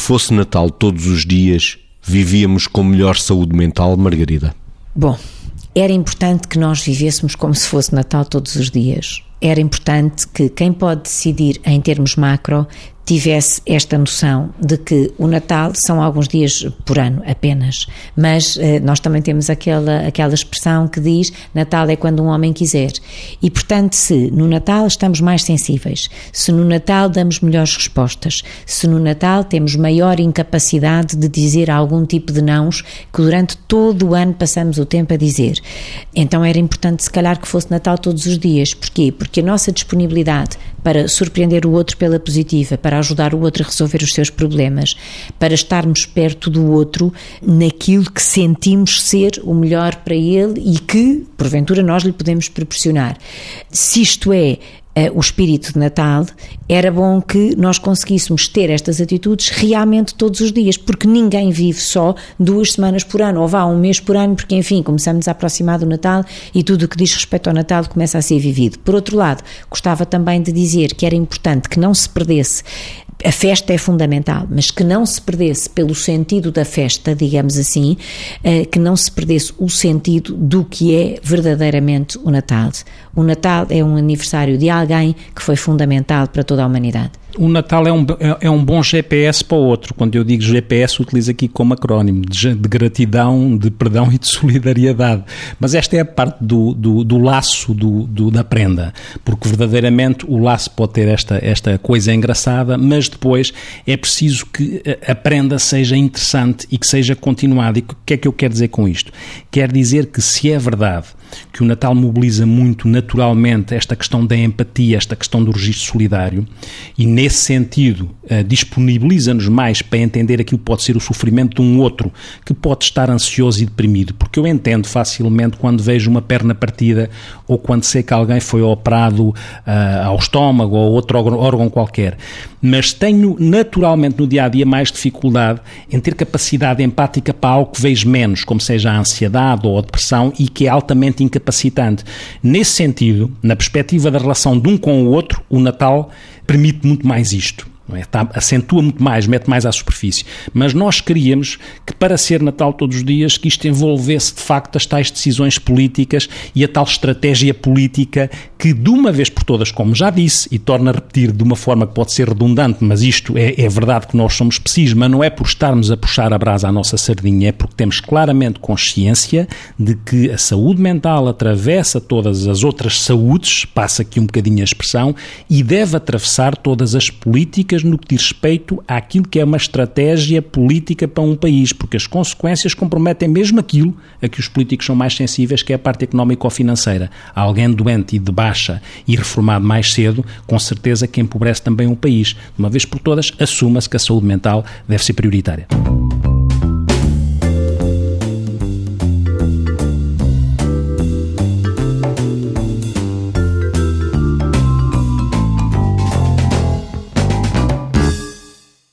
fosse Natal todos os dias, vivíamos com melhor saúde mental, Margarida? Bom, era importante que nós vivêssemos como se fosse Natal todos os dias. Era importante que quem pode decidir em termos macro tivesse esta noção de que o Natal são alguns dias por ano apenas, mas nós também temos aquela expressão que diz Natal é quando um homem quiser, e portanto se no Natal estamos mais sensíveis, se no Natal damos melhores respostas, se no Natal temos maior incapacidade de dizer algum tipo de nãos que durante todo o ano passamos o tempo a dizer, então era importante se calhar que fosse Natal todos os dias. Porquê? Porque a nossa disponibilidade para surpreender o outro pela positiva, para ajudar o outro a resolver os seus problemas, para estarmos perto do outro naquilo que sentimos ser o melhor para ele e que, porventura, nós lhe podemos proporcionar. Se isto é o espírito de Natal, era bom que nós conseguíssemos ter estas atitudes realmente todos os dias, porque ninguém vive só 2 semanas por ano, ou vá 1 mês por ano, porque enfim, começamos a aproximar do Natal e tudo o que diz respeito ao Natal começa a ser vivido. Por outro lado, gostava também de dizer que era importante que não se perdesse. A festa é fundamental, mas que não se perdesse pelo sentido da festa, digamos assim, que não se perdesse o sentido do que é verdadeiramente o Natal. O Natal é um aniversário de alguém que foi fundamental para toda a humanidade. O Natal é um bom GPS para o outro. Quando eu digo GPS, utilizo aqui como acrónimo de gratidão, de perdão e de solidariedade. Mas esta é a parte do laço da prenda, porque verdadeiramente o laço pode ter esta coisa engraçada, mas depois é preciso que a prenda seja interessante e que seja continuada. E o que é que eu quero dizer com isto? Quer dizer que se é verdade que o Natal mobiliza muito naturalmente esta questão da empatia, esta questão do registro solidário, e nesse sentido disponibiliza-nos mais para entender aquilo que pode ser o sofrimento de um outro que pode estar ansioso e deprimido, porque eu entendo facilmente quando vejo uma perna partida ou quando sei que alguém foi operado ao estômago ou outro órgão qualquer, mas tenho naturalmente no dia-a-dia mais dificuldade em ter capacidade empática para algo que vejo menos, como seja a ansiedade ou a depressão, e que é altamente incapacitante. Nesse sentido, na perspectiva da relação de um com o outro, o Natal permite muito mais isto. Não é? Acentua muito mais, mete mais à superfície. Mas nós queríamos que, para ser Natal todos os dias, que isto envolvesse de facto as tais decisões políticas e a tal estratégia política que, de uma vez por todas, como já disse, e torno a repetir de uma forma que pode ser redundante, mas isto é verdade que nós somos precisos, mas não é por estarmos a puxar a brasa à nossa sardinha, é porque temos claramente consciência de que a saúde mental atravessa todas as outras saúdes, passa aqui um bocadinho a expressão, e deve atravessar todas as políticas no que diz respeito àquilo que é uma estratégia política para um país, porque as consequências comprometem mesmo aquilo a que os políticos são mais sensíveis, que é a parte económico-financeira. Há alguém doente e de baixa e reformado mais cedo, com certeza que empobrece também um país. De uma vez por todas, assuma-se que a saúde mental deve ser prioritária.